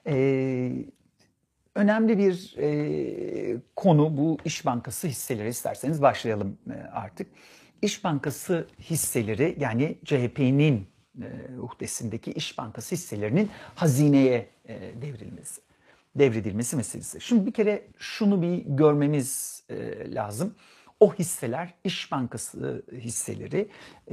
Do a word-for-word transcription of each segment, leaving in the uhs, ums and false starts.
Ee, önemli bir e, konu bu İş Bankası hisseleri. İsterseniz başlayalım e, artık. İş Bankası hisseleri, yani C H P'nin e, uhdesindeki İş Bankası hisselerinin hazineye e, devrilmesi, devredilmesi meselesi. Şimdi bir kere şunu bir görmemiz e, lazım. O hisseler, İş Bankası hisseleri e,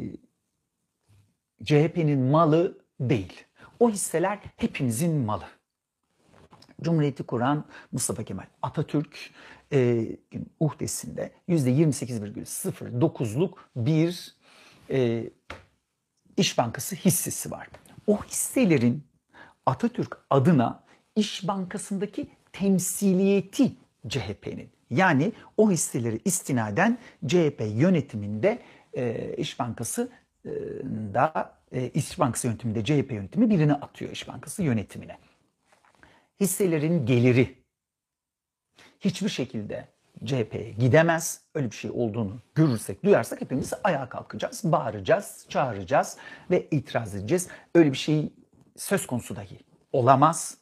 C H P'nin malı değil. O hisseler hepimizin malı. Cumhuriyeti kuran Mustafa Kemal Atatürk e, uhdesinde yüzde yirmi sekiz virgül sıfır dokuzluk bir e, İş Bankası hissesi var. O hisselerin Atatürk adına İş Bankası'ndaki temsiliyeti C H P'nin. Yani o hisseleri istinaden C H P yönetiminde e, İş Bankası'da e, İş Bankası yönetiminde C H P yönetimi birini atıyor İş Bankası yönetimine. Hisselerin geliri hiçbir şekilde C H P'ye gidemez. Öyle bir şey olduğunu görürsek, duyarsak hepimiz ayağa kalkacağız, bağıracağız, çağıracağız ve itiraz edeceğiz. Öyle bir şey söz konusu dahi olamaz.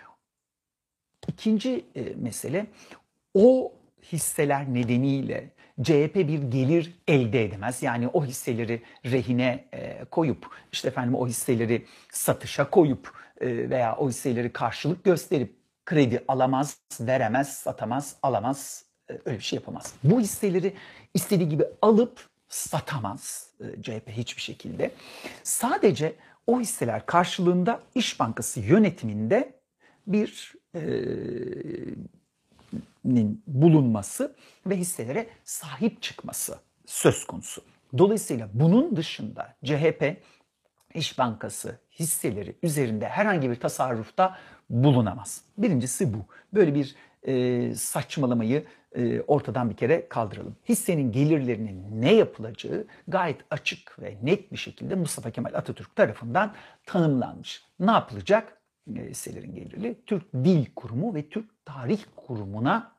İkinci e, mesele, o hisseler nedeniyle C H P bir gelir elde edemez. Yani o hisseleri rehine e, koyup, işte efendim o hisseleri satışa koyup e, veya o hisseleri karşılık gösterip kredi alamaz, veremez, satamaz, alamaz, e, öyle bir şey yapamaz. Bu hisseleri istediği gibi alıp satamaz e, C H P hiçbir şekilde. Sadece o hisseler karşılığında İş Bankası yönetiminde bir e, bulunması ve hisselere sahip çıkması söz konusu. Dolayısıyla bunun dışında C H P İş Bankası hisseleri üzerinde herhangi bir tasarrufta bulunamaz. Birincisi bu. Böyle bir e, saçmalamayı e, ortadan bir kere kaldıralım. Hissenin gelirlerinin ne yapılacağı gayet açık ve net bir şekilde Mustafa Kemal Atatürk tarafından tanımlanmış. Ne yapılacak? Hisselerin geliri Türk Dil Kurumu ve Türk Tarih Kurumu'na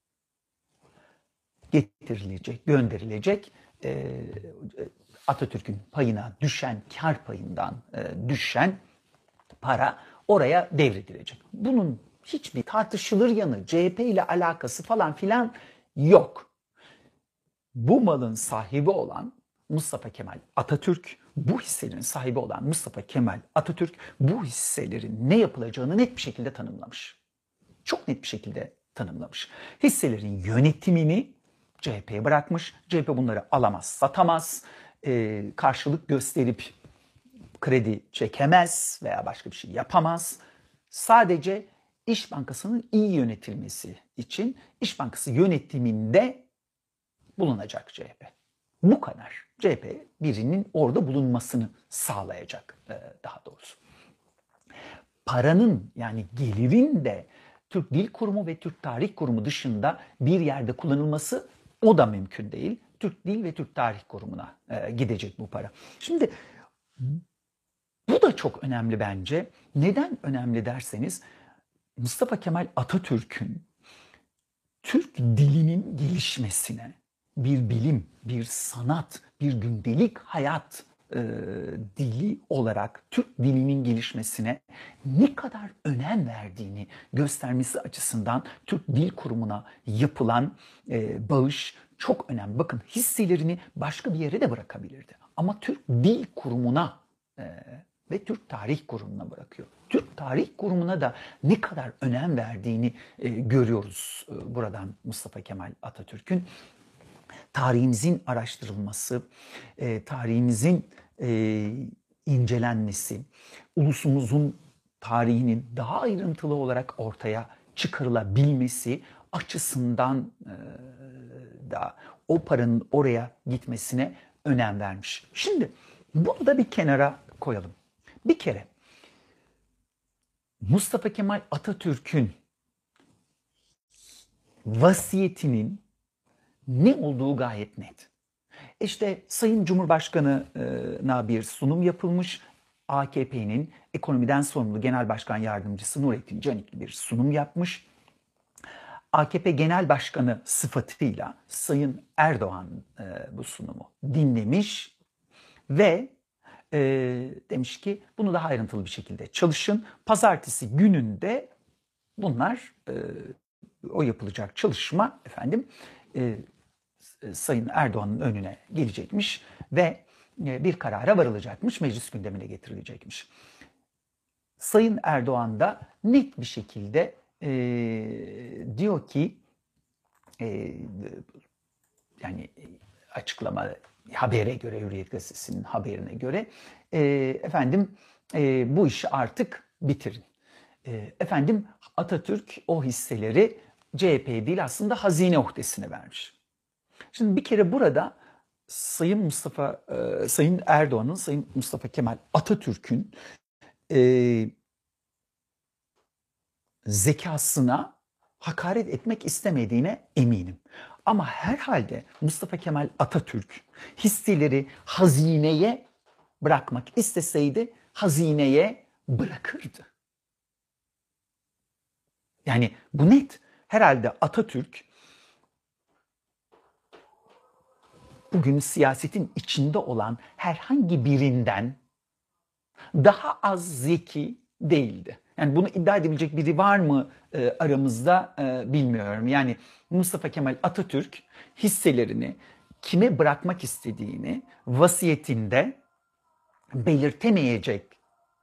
getirilecek, gönderilecek. E, Atatürk'ün payına düşen, kar payından e, düşen para oraya devredilecek. Bunun hiçbir tartışılır yanı, C H P ile alakası falan filan yok. Bu malın sahibi olan Mustafa Kemal Atatürk, bu hisselerin sahibi olan Mustafa Kemal Atatürk bu hisselerin ne yapılacağını net bir şekilde tanımlamış. Çok net bir şekilde tanımlamış. Hisselerin yönetimini C H P'ye bırakmış. C H P bunları alamaz, satamaz, e, karşılık gösterip kredi çekemez veya başka bir şey yapamaz. Sadece İş Bankası'nın iyi yönetilmesi için İş Bankası yönetiminde bulunacak C H P. Bu kadar. C H P birinin orada bulunmasını sağlayacak daha doğrusu. Paranın, yani gelirin de Türk Dil Kurumu ve Türk Tarih Kurumu dışında bir yerde kullanılması o da mümkün değil. Türk Dil ve Türk Tarih Kurumu'na gidecek bu para. Şimdi bu da çok önemli bence. Neden önemli derseniz, Mustafa Kemal Atatürk'ün Türk dilinin gelişmesine, bir bilim, bir sanat, bir gündelik hayat e, dili olarak Türk dilinin gelişmesine ne kadar önem verdiğini göstermesi açısından Türk Dil Kurumu'na yapılan e, bağış çok önemli. Bakın, hisselerini başka bir yere de bırakabilirdi. Ama Türk Dil Kurumu'na e, ve Türk Tarih Kurumu'na bırakıyor. Türk Tarih Kurumu'na da ne kadar önem verdiğini e, görüyoruz e, buradan Mustafa Kemal Atatürk'ün. Tarihimizin araştırılması, e, tarihimizin e, incelenmesi, ulusumuzun tarihinin daha ayrıntılı olarak ortaya çıkarılabilmesi açısından e, da o paranın oraya gitmesine önem vermiş. Şimdi bunu da bir kenara koyalım. Bir kere Mustafa Kemal Atatürk'ün vasiyetinin ne olduğu gayet net. İşte Sayın Cumhurbaşkanı'na bir sunum yapılmış. A K P'nin ekonomiden sorumlu Genel Başkan Yardımcısı Nurettin Canikli bir sunum yapmış. A K P Genel Başkanı sıfatıyla Sayın Erdoğan bu sunumu dinlemiş ve e, demiş ki bunu daha ayrıntılı bir şekilde çalışın. Pazartesi gününde bunlar e, o yapılacak çalışma efendim e, Sayın Erdoğan'ın önüne gelecekmiş ve e, bir karara varılacakmış, meclis gündemine getirilecekmiş. Sayın Erdoğan da net bir şekilde e, diyor ki e, yani açıklama habere göre, Hürriyet Gazetesi'nin haberine göre e, efendim e, bu işi artık bitirin. E, efendim Atatürk o hisseleri C H P'ye değil aslında hazine uhdesine vermiş. Şimdi bir kere burada Sayın Mustafa, e, Sayın Erdoğan'ın, Sayın Mustafa Kemal Atatürk'ün e, zekasına hakaret etmek istemediğine eminim. Ama herhalde Mustafa Kemal Atatürk hisseleri hazineye bırakmak isteseydi hazineye bırakırdı. Yani bu net. Herhalde Atatürk bugün siyasetin içinde olan herhangi birinden daha az zeki değildi. Yani bunu iddia edebilecek biri var mı e, aramızda e, bilmiyorum. Yani Mustafa Kemal Atatürk hisselerini kime bırakmak istediğini vasiyetinde belirtemeyecek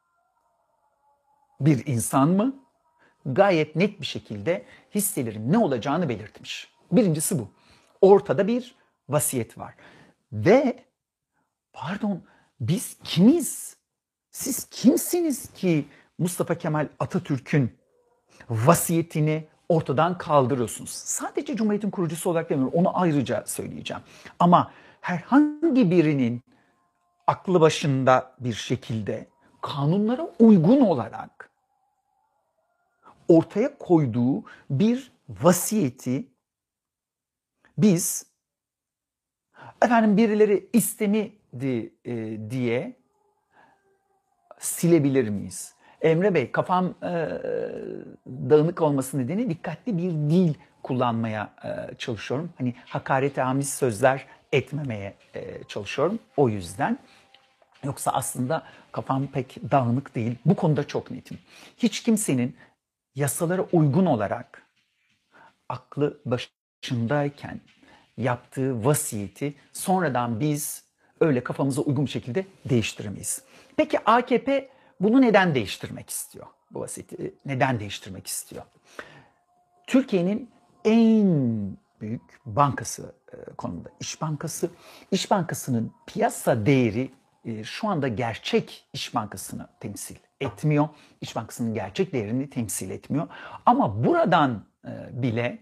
bir insan mı? Gayet net bir şekilde hisselerin ne olacağını belirtmiş. Birincisi bu. Ortada bir vasiyet var. Ve pardon biz kimiz? Siz kimsiniz ki Mustafa Kemal Atatürk'ün vasiyetini ortadan kaldırıyorsunuz? Sadece Cumhuriyet'in kurucusu olarak demiyorum, onu ayrıca söyleyeceğim. Ama herhangi birinin aklı başında bir şekilde kanunlara uygun olarak ortaya koyduğu bir vasiyeti biz efendim birileri istemedi e, diye silebilir miyiz? Emre Bey, kafam e, dağınık olması nedeni dikkatli bir dil kullanmaya e, çalışıyorum. Hani hakarete amiz sözler etmemeye e, çalışıyorum. O yüzden. Yoksa aslında kafam pek dağınık değil. Bu konuda çok netim. Hiç kimsenin yasalara uygun olarak aklı başındayken yaptığı vasiyeti sonradan biz öyle kafamıza uygun bir şekilde değiştiremeyiz. Peki A K P bunu neden değiştirmek istiyor? Bu vasiyeti neden değiştirmek istiyor? Türkiye'nin en büyük bankası konumunda İş Bankası. İş Bankası'nın piyasa değeri şu anda gerçek İş Bankası'nı temsil etmiyor. İş Bankası'nın gerçek değerini temsil etmiyor. Ama buradan bile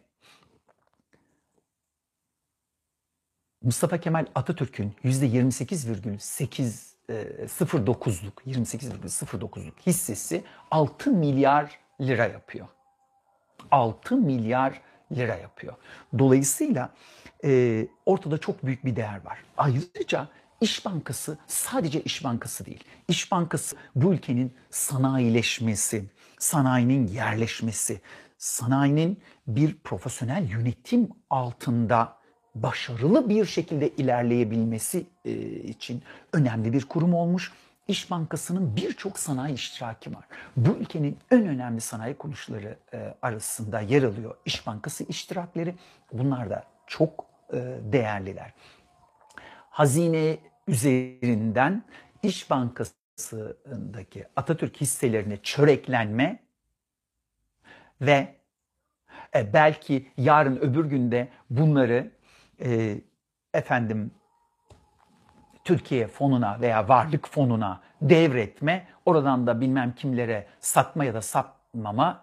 Mustafa Kemal Atatürk'ün yüzde yirmi sekiz virgül sıfır dokuzluk yirmi sekiz virgül sıfır dokuzluk hissesi altı milyar lira yapıyor. altı milyar lira yapıyor. Dolayısıyla e, ortada çok büyük bir değer var. Ayrıca İş Bankası sadece İş Bankası değil. İş Bankası bu ülkenin sanayileşmesi, sanayinin yerleşmesi, sanayinin bir profesyonel yönetim altında başarılı bir şekilde ilerleyebilmesi için önemli bir kurum olmuş. İş Bankası'nın birçok sanayi iştiraki var. Bu ülkenin en önemli sanayi kuruluşları arasında yer alıyor İş Bankası iştirakleri. Bunlar da çok değerliler. Hazine üzerinden İş Bankası'ndaki Atatürk hisselerine çöreklenme ve belki yarın öbür günde bunları e, efendim Türkiye fonuna veya varlık fonuna devretme, oradan da bilmem kimlere satma ya da satmama,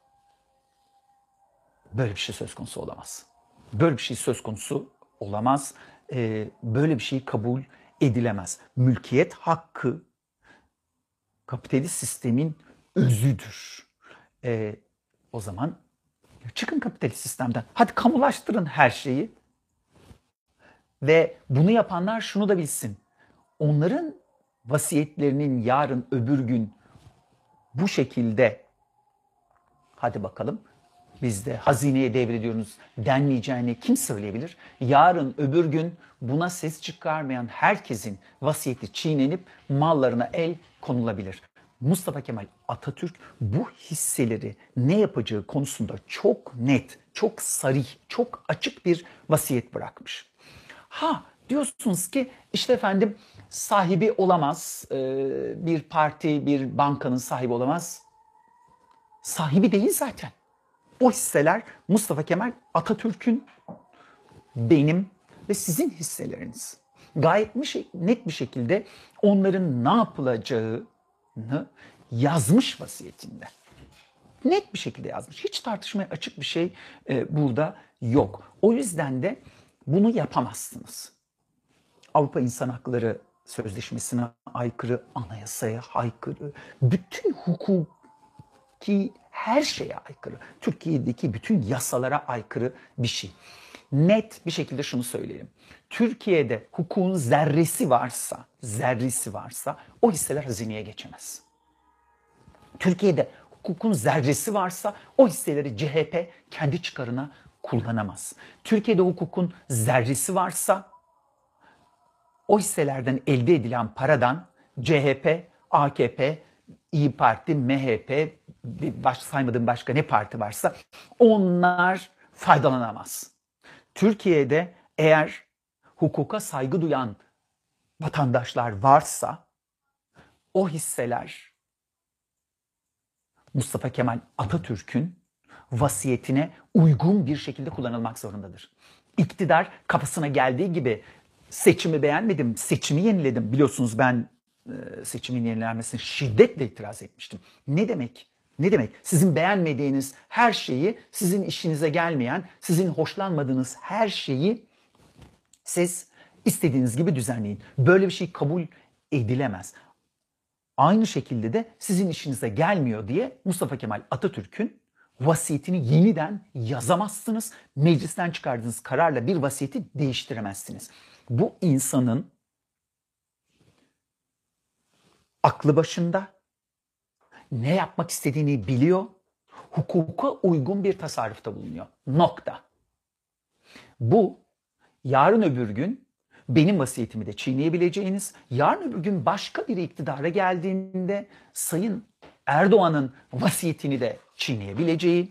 böyle bir şey söz konusu olamaz. Böyle bir şey söz konusu olamaz. Ee, böyle bir şey kabul edilemez. Mülkiyet hakkı kapitalist sistemin özüdür. Ee, o zaman çıkın kapitalist sistemden. Hadi kamulaştırın her şeyi. Ve bunu yapanlar şunu da bilsin. Onların vasiyetlerinin yarın öbür gün bu şekilde hadi bakalım bizde hazineye devrediyoruz denmeyeceğini kim söyleyebilir? Yarın öbür gün buna ses çıkarmayan herkesin vasiyeti çiğnenip mallarına el konulabilir. Mustafa Kemal Atatürk bu hisseleri ne yapacağı konusunda çok net, çok sarih, çok açık bir vasiyet bırakmış. Ha diyorsunuz ki işte efendim sahibi olamaz, bir parti, bir bankanın sahibi olamaz. Sahibi değil zaten. O hisseler Mustafa Kemal Atatürk'ün, benim ve sizin hisseleriniz. Gayet net bir şekilde onların ne yapılacağını yazmış vasiyetinde. Net bir şekilde yazmış. Hiç tartışmaya açık bir şey e, burada yok. O yüzden de bunu yapamazsınız. Avrupa İnsan Hakları Sözleşmesi'ne aykırı, anayasaya aykırı, bütün hukuki her şeye aykırı, Türkiye'deki bütün yasalara aykırı bir şey. Net bir şekilde şunu söyleyelim. Türkiye'de hukukun zerresi varsa, zerresi varsa o hisseler hazineye geçemez. Türkiye'de hukukun zerresi varsa o hisseleri C H P kendi çıkarına kullanamaz. Türkiye'de hukukun zerresi varsa o hisselerden elde edilen paradan C H P, A K P, İyi Parti, M H P, baş, saymadığım başka ne parti varsa onlar faydalanamaz. Türkiye'de eğer hukuka saygı duyan vatandaşlar varsa o hisseler Mustafa Kemal Atatürk'ün vasiyetine uygun bir şekilde kullanılmak zorundadır. İktidar kafasına geldiği gibi seçimi beğenmedim, seçimi yeniledim. Biliyorsunuz ben e, seçimin yenilenmesine şiddetle itiraz etmiştim. Ne demek? Ne demek? Sizin beğenmediğiniz her şeyi, sizin işinize gelmeyen, sizin hoşlanmadığınız her şeyi siz istediğiniz gibi düzenleyin. Böyle bir şey kabul edilemez. Aynı şekilde de sizin işinize gelmiyor diye Mustafa Kemal Atatürk'ün vasiyetini yeniden yazamazsınız. Meclisten çıkardığınız kararla bir vasiyeti değiştiremezsiniz. Bu insanın aklı başında, ne yapmak istediğini biliyor, hukuka uygun bir tasarrufta bulunuyor. Nokta. Bu yarın öbür gün benim vasiyetimi de çiğneyebileceğiniz, yarın öbür gün başka bir iktidara geldiğinde Sayın Erdoğan'ın vasiyetini de çiğneyebileceği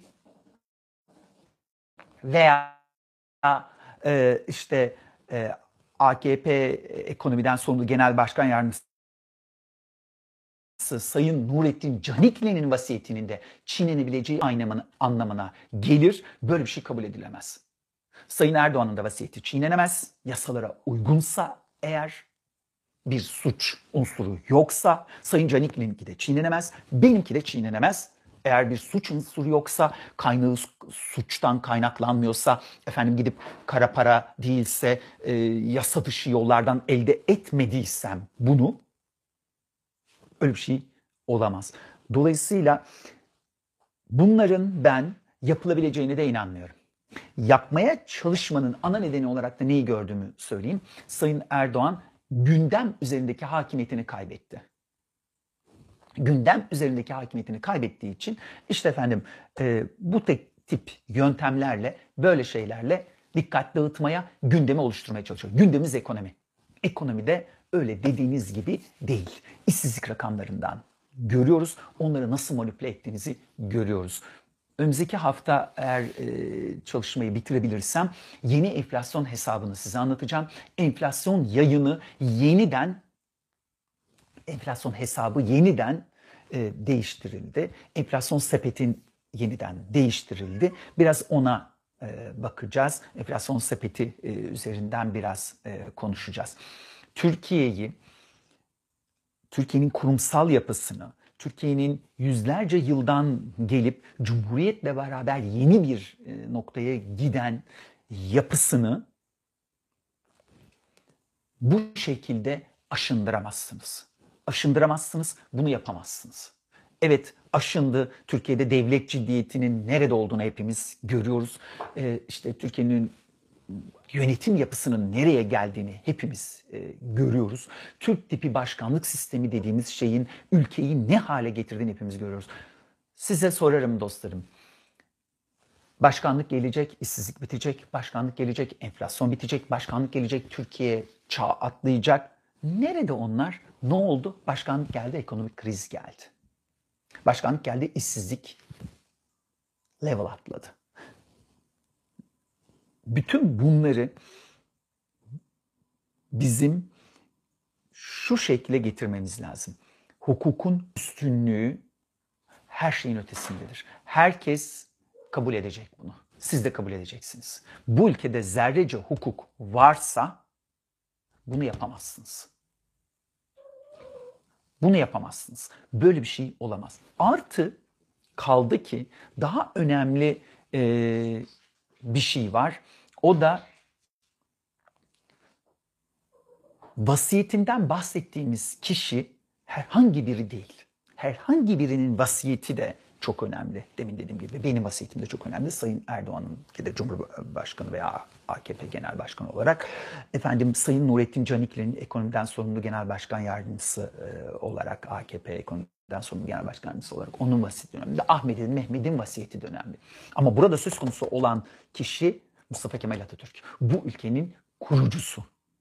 veya e, işte e, A K P ekonomiden sorumlu Genel Başkan Yardımcısı Sayın Nurettin Canikli'nin vasiyetinin de çiğnenebileceği anlamına gelir. Böyle bir şey kabul edilemez. Sayın Erdoğan'ın da vasiyeti çiğnenemez. Yasalara uygunsa eğer, bir suç unsuru yoksa Sayın Canikli'ninki de çiğnenemez. Benimki de çiğnenemez. Eğer bir suç unsuru yoksa, kaynağı suçtan kaynaklanmıyorsa, efendim gidip kara para değilse, e, yasa dışı yollardan elde etmediysem bunu, öyle bir şey olamaz. Dolayısıyla bunların ben yapılabileceğine de inanmıyorum. Yapmaya çalışmanın ana nedeni olarak da neyi gördüğümü söyleyeyim. Sayın Erdoğan gündem üzerindeki hakimiyetini kaybetti. Gündem üzerindeki hakimiyetini kaybettiği için işte efendim e, bu tek tip yöntemlerle, böyle şeylerle dikkat dağıtmaya, gündemi oluşturmaya çalışıyor. Gündemimiz ekonomi. Ekonomide öyle dediğiniz gibi değil. İşsizlik rakamlarından görüyoruz. Onları nasıl manipüle ettiğinizi görüyoruz. Önümüzdeki hafta eğer e, çalışmayı bitirebilirsem yeni enflasyon hesabını size anlatacağım. Enflasyon yayını yeniden, enflasyon hesabı yeniden e, değiştirildi. Enflasyon sepetin yeniden değiştirildi. Biraz ona e, bakacağız. Enflasyon sepeti e, üzerinden biraz e, konuşacağız. Türkiye'yi, Türkiye'nin kurumsal yapısını, Türkiye'nin yüzlerce yıldan gelip Cumhuriyet'le beraber yeni bir noktaya giden yapısını bu şekilde aşındıramazsınız. Aşındıramazsınız, bunu yapamazsınız. Evet, aşındı. Türkiye'de devlet ciddiyetinin nerede olduğunu hepimiz görüyoruz. Ee, işte Türkiye'nin yönetim yapısının nereye geldiğini hepimiz e, görüyoruz. Türk tipi başkanlık sistemi dediğimiz şeyin ülkeyi ne hale getirdiğini hepimiz görüyoruz. Size sorarım dostlarım. Başkanlık gelecek, işsizlik bitecek, başkanlık gelecek, enflasyon bitecek, başkanlık gelecek, Türkiye çağ atlayacak. Nerede onlar? Ne oldu? Başkanlık geldi, ekonomik kriz geldi. Başkanlık geldi, işsizlik level atladı. Bütün bunları bizim şu şekle getirmemiz lazım. Hukukun üstünlüğü her şeyin ötesindedir. Herkes kabul edecek bunu. Siz de kabul edeceksiniz. Bu ülkede zerrece hukuk varsa bunu yapamazsınız. Bunu yapamazsınız. Böyle bir şey olamaz. Artı kaldı ki daha önemli e, bir şey var. O da vasiyetinden bahsettiğimiz kişi herhangi biri değil. Herhangi birinin vasiyeti de çok önemli. Demin dediğim gibi benim vasiyetim de çok önemli. Sayın Erdoğan'ın ya da Cumhurbaşkanı veya A K P Genel Başkanı olarak, efendim Sayın Nurettin Canikli'nin ekonomiden sorumlu Genel Başkan Yardımcısı olarak, A K P ekonomiden sorumlu Genel Başkan Yardımcısı olarak onun vasiyeti önemli. Ahmet'in, Mehmet'in vasiyeti de önemli. Ama burada söz konusu olan kişi Mustafa Kemal Atatürk. Bu ülkenin kurucusu.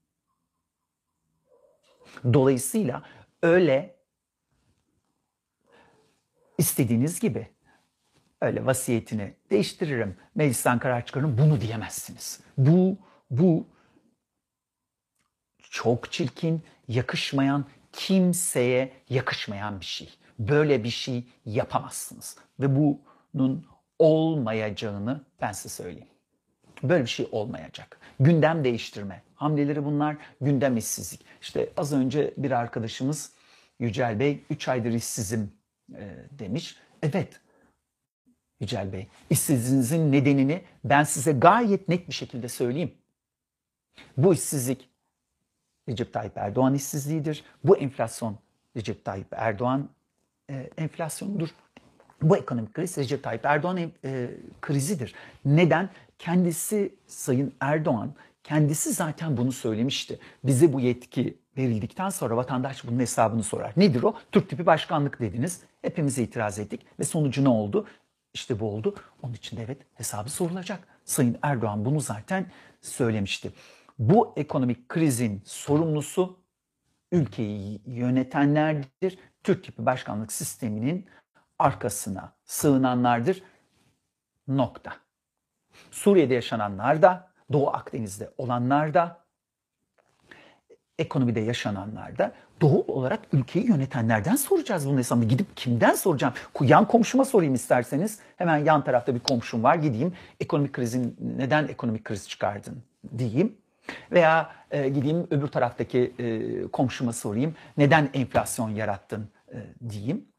Dolayısıyla öyle istediğiniz gibi öyle vasiyetini değiştiririm, meclisten karar çıkarırım, bunu diyemezsiniz. Bu, bu çok çirkin, yakışmayan, kimseye yakışmayan bir şey. Böyle bir şey yapamazsınız. Ve bunun olmayacağını ben size söyleyeyim. Böyle bir şey olmayacak. Gündem değiştirme hamleleri bunlar, gündem işsizlik. İşte az önce bir arkadaşımız Yücel Bey üç aydır işsizim e, demiş. Evet Yücel Bey, işsizliğinizin nedenini ben size gayet net bir şekilde söyleyeyim. Bu işsizlik Recep Tayyip Erdoğan işsizliğidir. Bu enflasyon Recep Tayyip Erdoğan e, enflasyonudur. Bu ekonomik kriz Recep Tayyip Erdoğan e, krizidir. Neden? Kendisi Sayın Erdoğan, kendisi zaten bunu söylemişti. Bize bu yetki verildikten sonra vatandaş bunun hesabını sorar. Nedir o? Türk tipi başkanlık dediniz. Hepimiz itiraz ettik ve sonucu ne oldu? İşte bu oldu. Onun için de evet hesabı sorulacak. Sayın Erdoğan bunu zaten söylemişti. Bu ekonomik krizin sorumlusu ülkeyi yönetenlerdir. Türk tipi başkanlık sisteminin arkasına sığınanlardır. Nokta. Suriye'de yaşananlar da, Doğu Akdeniz'de olanlar da, ekonomide yaşananlar da doğal olarak ülkeyi yönetenlerden soracağız bunun hesabını. Gidip kimden soracağım? Yan komşuma sorayım isterseniz. Hemen yan tarafta bir komşum var. Gideyim ekonomik krizin neden ekonomik kriz çıkardın diyeyim. Veya e, gideyim öbür taraftaki e, komşuma sorayım. Neden enflasyon yarattın e, diyeyim.